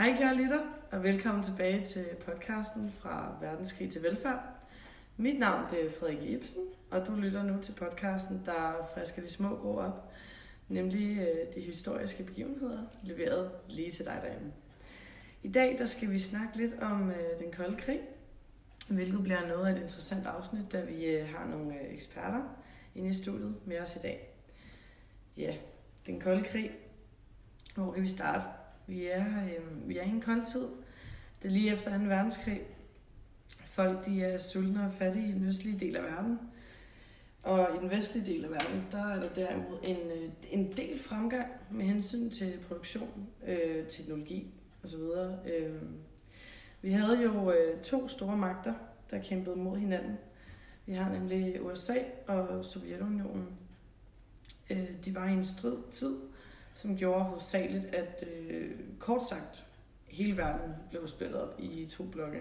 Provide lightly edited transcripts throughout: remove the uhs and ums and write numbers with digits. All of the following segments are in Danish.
Hej kære lytter, og velkommen tilbage til podcasten Fra Verdenskrig til Velfærd. Mit navn er Frederikke Ibsen, og du lytter nu til podcasten, der frisker de små grå op, nemlig de historiske begivenheder, leveret lige til dig derhjemme. I dag der skal vi snakke lidt om den kolde krig, hvilket bliver noget af et interessant afsnit, da vi har nogle eksperter inde i studiet med os i dag. Ja, den kolde krig. Hvor kan vi starte? Vi er i en kold tid. Det er lige efter 2. verdenskrig. Folk de er sultne og fattige i den østlige del af verden. Og i den vestlige del af verden, der er der derimod en del fremgang med hensyn til produktion, teknologi osv. Vi havde jo 2 store magter, der kæmpede mod hinanden. Vi har nemlig USA og Sovjetunionen. De var i en strid tid, som gjorde hovedsageligt, at kort sagt, hele verden blev splittet op i 2 blokke.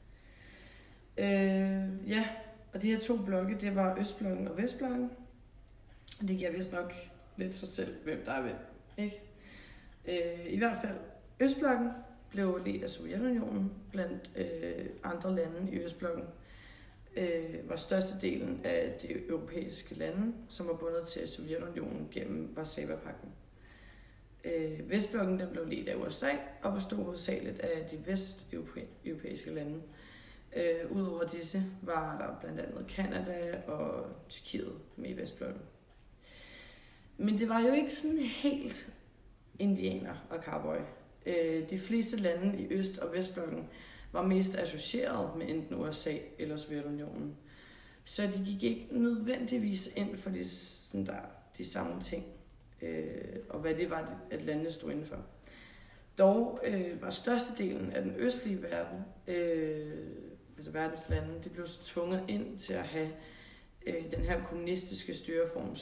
Og de her 2 blokke, det var Østblokken og Vestblokken. Det giver vist nok lidt sig selv, hvem der er hvem, ikke? I hvert fald, Østblokken blev ledt af Sovjetunionen, blandt andre lande i Østblokken. Var størstedelen af de europæiske lande, som var bundet til Sovjetunionen gennem Warszawapagten. Vestblokken den blev ledt af USA og bestod hovedsageligt af de vesteuropæiske lande. Udover disse var der blandt andet Canada og Tyrkiet med i Vestblokken. Men det var jo ikke sådan helt indianer og cowboy. De fleste lande i Øst- og Vestblokken var mest associeret med enten USA eller Sovjetunionen. Så de gik ikke nødvendigvis ind for de samme ting, og hvad det var, at landene stod indenfor. Dog var størstedelen af den østlige verden, altså verdens lande, de blev så tvunget ind til at have den her kommunistiske styreform,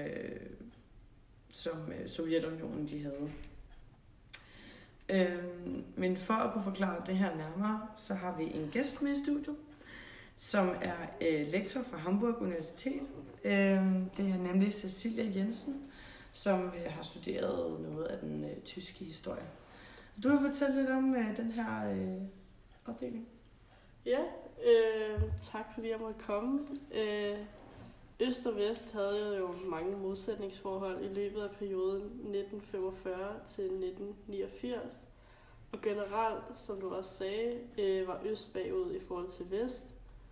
som Sovjetunionen de havde. Men for at kunne forklare det her nærmere, så har vi en gæst med i studiet, som er lektor fra Hamburg Universitet. Det er nemlig Cecilia Jensen, som har studeret noget af den tyske historie. Du vil fortælle lidt om den her opdeling. Ja, tak fordi jeg måtte komme. Øst og Vest havde jo mange modsætningsforhold i løbet af perioden 1945 til 1989. Og generelt, som du også sagde, var Øst bagud i forhold til Vest.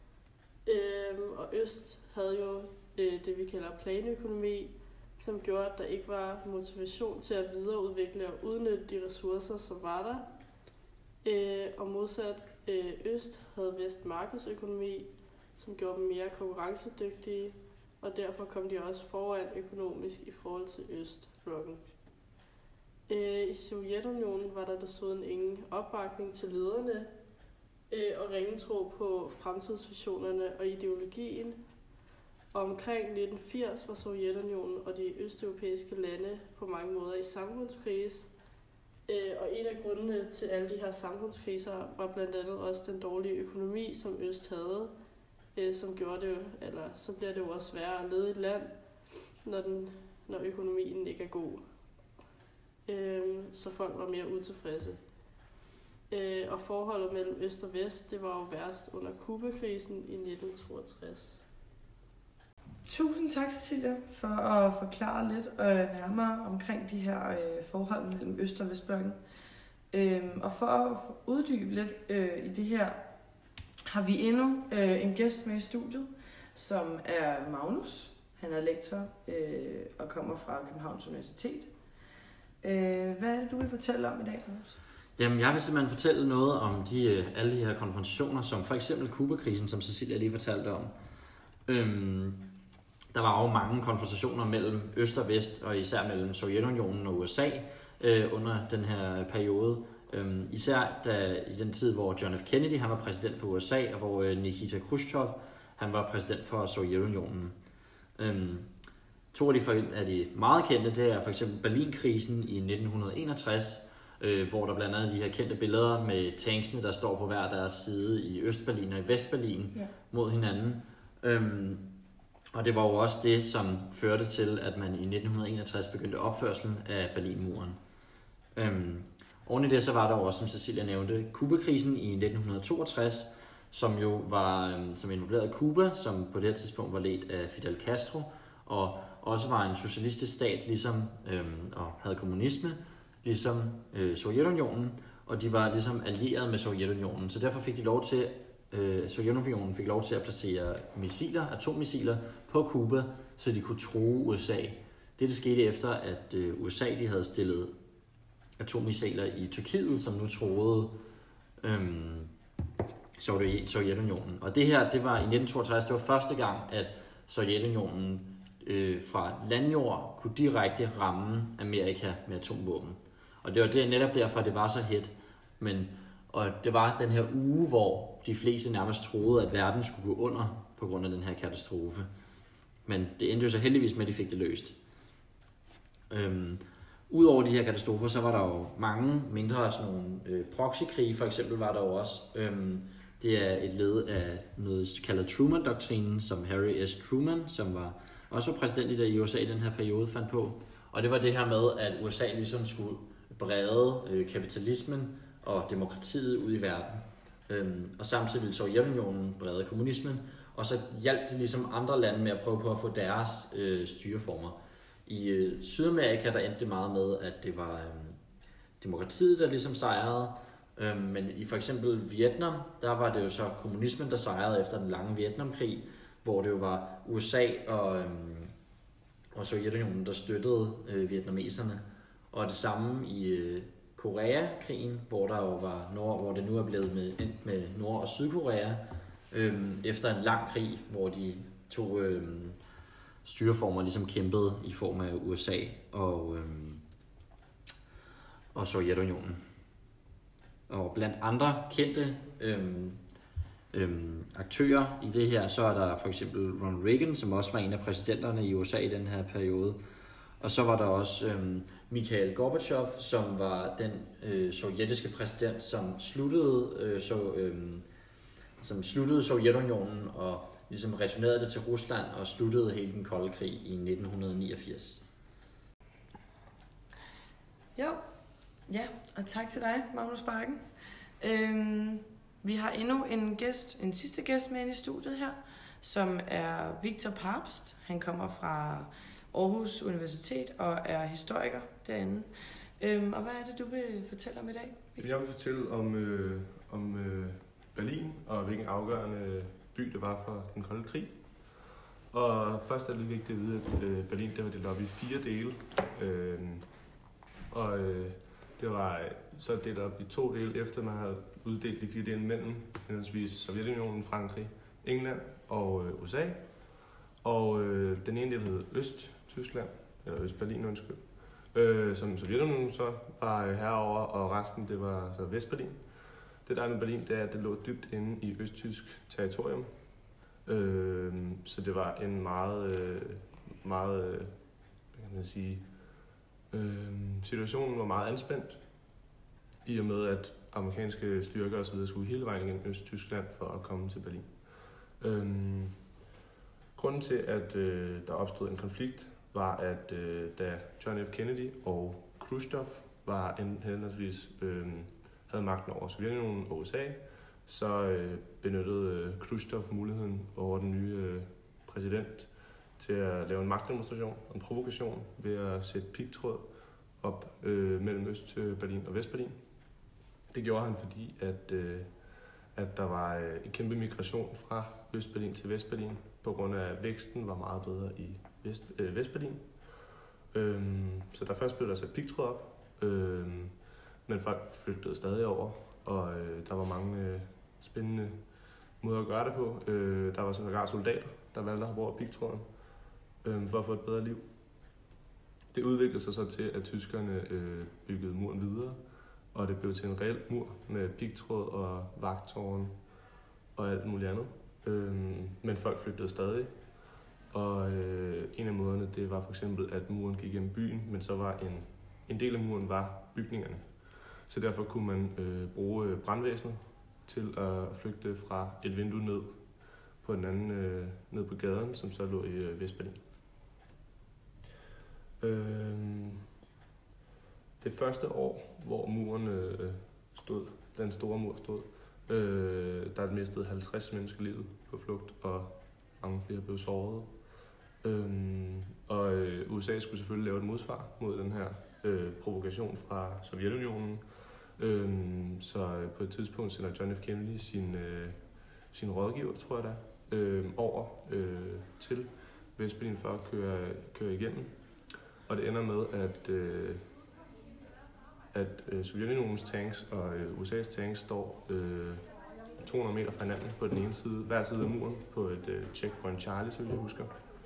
Og Øst havde jo det, vi kalder planøkonomi, som gjorde, at der ikke var motivation til at videreudvikle og udnytte de ressourcer, som var der. Og modsat Øst havde Vest markedsøkonomi, som gjorde dem mere konkurrencedygtige, og derfor kom de også foran økonomisk i forhold til Østblokken. I Sovjetunionen var der desuden ingen opbakning til lederne og ringen tro på fremtidsvisionerne og ideologien. Og omkring 1980 var Sovjetunionen og de østeuropæiske lande på mange måder i samfundskrise. Og en af grundene til alle de her samfundskriser var blandt andet også den dårlige økonomi, som Øst havde, som gjorde det, eller så bliver det jo også sværere at lede et land, når økonomien ikke er god. Så folk var mere utilfredse. Og forholdet mellem Øst og Vest, det var jo værst under Cuba-krisen i 1962. Tusind tak, Cecilia, for at forklare lidt nærmere omkring de her forhold mellem Øst- og Vestblokken. Og for at uddybe lidt i det her, har vi endnu en gæst med i studiet, som er Magnus. Han er lektor og kommer fra Københavns Universitet. Hvad er det, du vil fortælle om i dag, Magnus? Jamen, jeg vil simpelthen fortælle noget om alle de her konfrontationer, som for eksempel Cuba-krisen, som Cecilia lige fortalte om. Der var jo mange konfrontationer mellem Øst og Vest, og især mellem Sovjetunionen og USA under den her periode. Især i den tid, hvor John F. Kennedy han var præsident for USA, og hvor Nikita Khrushchev han var præsident for Sovjetunionen. 2 af de meget kendte, det er for eksempel Berlinkrisen i 1961, hvor der blandt andet de her kendte billeder med tanksene, der står på hver deres side i Østberlin og i Vestberlin mod hinanden. Og det var jo også det, som førte til, at man i 1961 begyndte opførslen af Berlinmuren. Oven i det så var der også, som Cecilia nævnte, Kubakrisen i 1962, som jo var, som involverede Cuba, som på det her tidspunkt var ledt af Fidel Castro, og også var en socialistisk stat, ligesom, og havde kommunisme, ligesom Sovjetunionen, og de var ligesom allieret med Sovjetunionen, så derfor fik de lov til, Sovjetunionen fik lov til at placere atommissiler på Cuba, så de kunne true USA. Det skete efter, at USA de havde stillet atommissiler i Tyrkiet, som nu truede Sovjetunionen. Og det her, det var i 1962, det var første gang, at Sovjetunionen fra landjord kunne direkte ramme Amerika med atomvåben. Og det var netop derfor, det var så hit. Og det var den her uge, hvor de fleste nærmest troede, at verden skulle gå under på grund af den her katastrofe. Men det endte jo så heldigvis med, at de fik det løst. Udover de her katastrofer, så var der jo mange mindre sådan nogle proxykrige. For eksempel var der jo også, det er et led af noget kaldet Truman-doktrinen, som Harry S. Truman, som også var præsident i USA i den her periode, fandt på. Og det var det her med, at USA ligesom skulle brede kapitalismen og demokratiet ud i verden. Og samtidig ville Sovjetunionen brede kommunismen, og så hjalp de ligesom andre lande med at prøve på at få deres styreformer. I Sydamerika der endte det meget med, at det var demokratiet, der ligesom sejrede, men i for eksempel Vietnam, der var det jo så kommunismen, der sejrede efter den lange Vietnamkrig, hvor det jo var USA og Sovjetunionen, der støttede vietnameserne. Og det samme i Koreakrigen, hvor der jo var hvor det nu er blevet endt med Nord- og Sydkorea, efter en lang krig, hvor de to styreformer ligesom kæmpede i form af USA og Sovjetunionen. Og blandt andre kendte aktører i det her, så er der for eksempel Ronald Reagan, som også var en af præsidenterne i USA i den her periode. Og så var der også Mikhail Gorbachev, som var den sovjetiske præsident, som sluttede Sovjetunionen og ligesom returnerede det til Rusland og sluttede hele den kolde krig i 1989. Jo, ja, og tak til dig, Magnus Bakken. Vi har endnu en sidste gæst med i studiet her, som er Victor Pabst. Han kommer fra Aarhus Universitet og er historiker derinde. Og hvad er det, du vil fortælle om i dag, Victor? Jeg vil fortælle om Berlin og hvilken afgørende by det var for den kolde krig. Og først er det vigtigt at vide, at Berlin det var delt op i 4 dele. Det var så delt op i 2 dele, efter man havde uddelt de 4 dele mellem henholdsvis Sovjetunionen, Frankrig, England og USA. Og den ene del hed Øst-Tyskland, eller Øst-Berlin, som Sovjetunionen så var herover, og resten det var så Vest-Berlin. Det der med Berlin, det er, at det lå dybt inde i østtysk territorium. Så det var en meget hvad kan man sige, situationen var meget anspændt, i og med at amerikanske styrker og så videre skulle hele vejen igennem Øst-Tyskland for at komme til Berlin. Grunden til, at der opstod en konflikt, var, at da John F. Kennedy og Khrushchev var henholdsvis havde magten over Sovjetunionen og USA, så benyttede Khrushchev muligheden over den nye præsident til at lave en magtdemonstration og en provokation ved at sætte pigtråd op mellem Øst-Berlin og Vest-Berlin. Det gjorde han, fordi at der var en kæmpe migration fra Øst-Berlin til Vest-Berlin, på grund af at væksten var meget bedre i Vest-Berlin. Så der først blev der sat pigtråd op, men folk flygtede stadig over, og der var mange spændende måder at gøre det på. Der var sågar soldater, der valgte at hoppe over pigtråden for at få et bedre liv. Det udviklede sig så til, at tyskerne byggede muren videre, og det blev til en reel mur med pigtråd og vagttårn og alt muligt andet. Men folk flygtede stadig, og en af måderne det var for eksempel, at muren gik gennem byen, men så var en del af muren var bygningerne. Så derfor kunne man bruge brandvæsenet til at flygte fra et vindue ned på den anden ned på gaden, som så lå i Vestberlin. det første år, hvor muren stod, den store mur stod, der mistede 50 mennesker livet på flugt, og mange flere blev såret. USA skulle selvfølgelig lave et modsvar mod den her provokation fra Sovjetunionen. Så på et tidspunkt sender John F. Kennedy sin rådgiver, tror jeg da, over til Vestberlin for at køre igennem. Og det ender med, at Sovjetunionens tanks og USA's tanks står 200 meter fra hinanden på den ene side, hver side af muren, på et checkpoint Charlie, så jeg husker.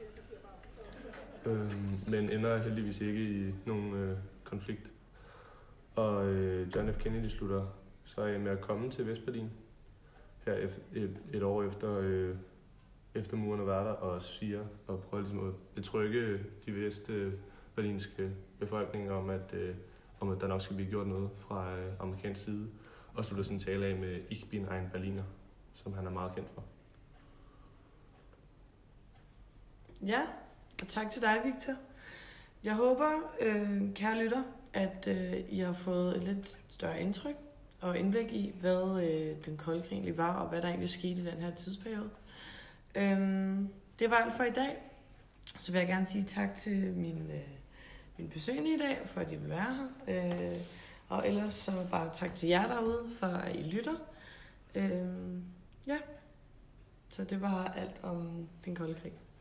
Men ender heldigvis ikke i nogen konflikt. Og John F. Kennedy slutter så af med at komme til Vestberlin her et år efter muren er været der, og siger og prøver ligesom at betrygge de vestberlinske befolkninger om at der nok skal blive gjort noget fra amerikansk side, og slutter sådan en tale af med Ich bin ein Berliner, som han er meget kendt for. Ja, og tak til dig, Victor. Jeg håber, kære lytter, at I har fået et lidt større indtryk og indblik i, hvad den kolde krig egentlig var, og hvad der egentlig skete i den her tidsperiode. Det var alt for i dag. Så vil jeg gerne sige tak til min besøgende i dag, for at I vil være her. Og ellers så bare tak til jer derude, for at I lytter. Ja, så det var alt om den kolde krig.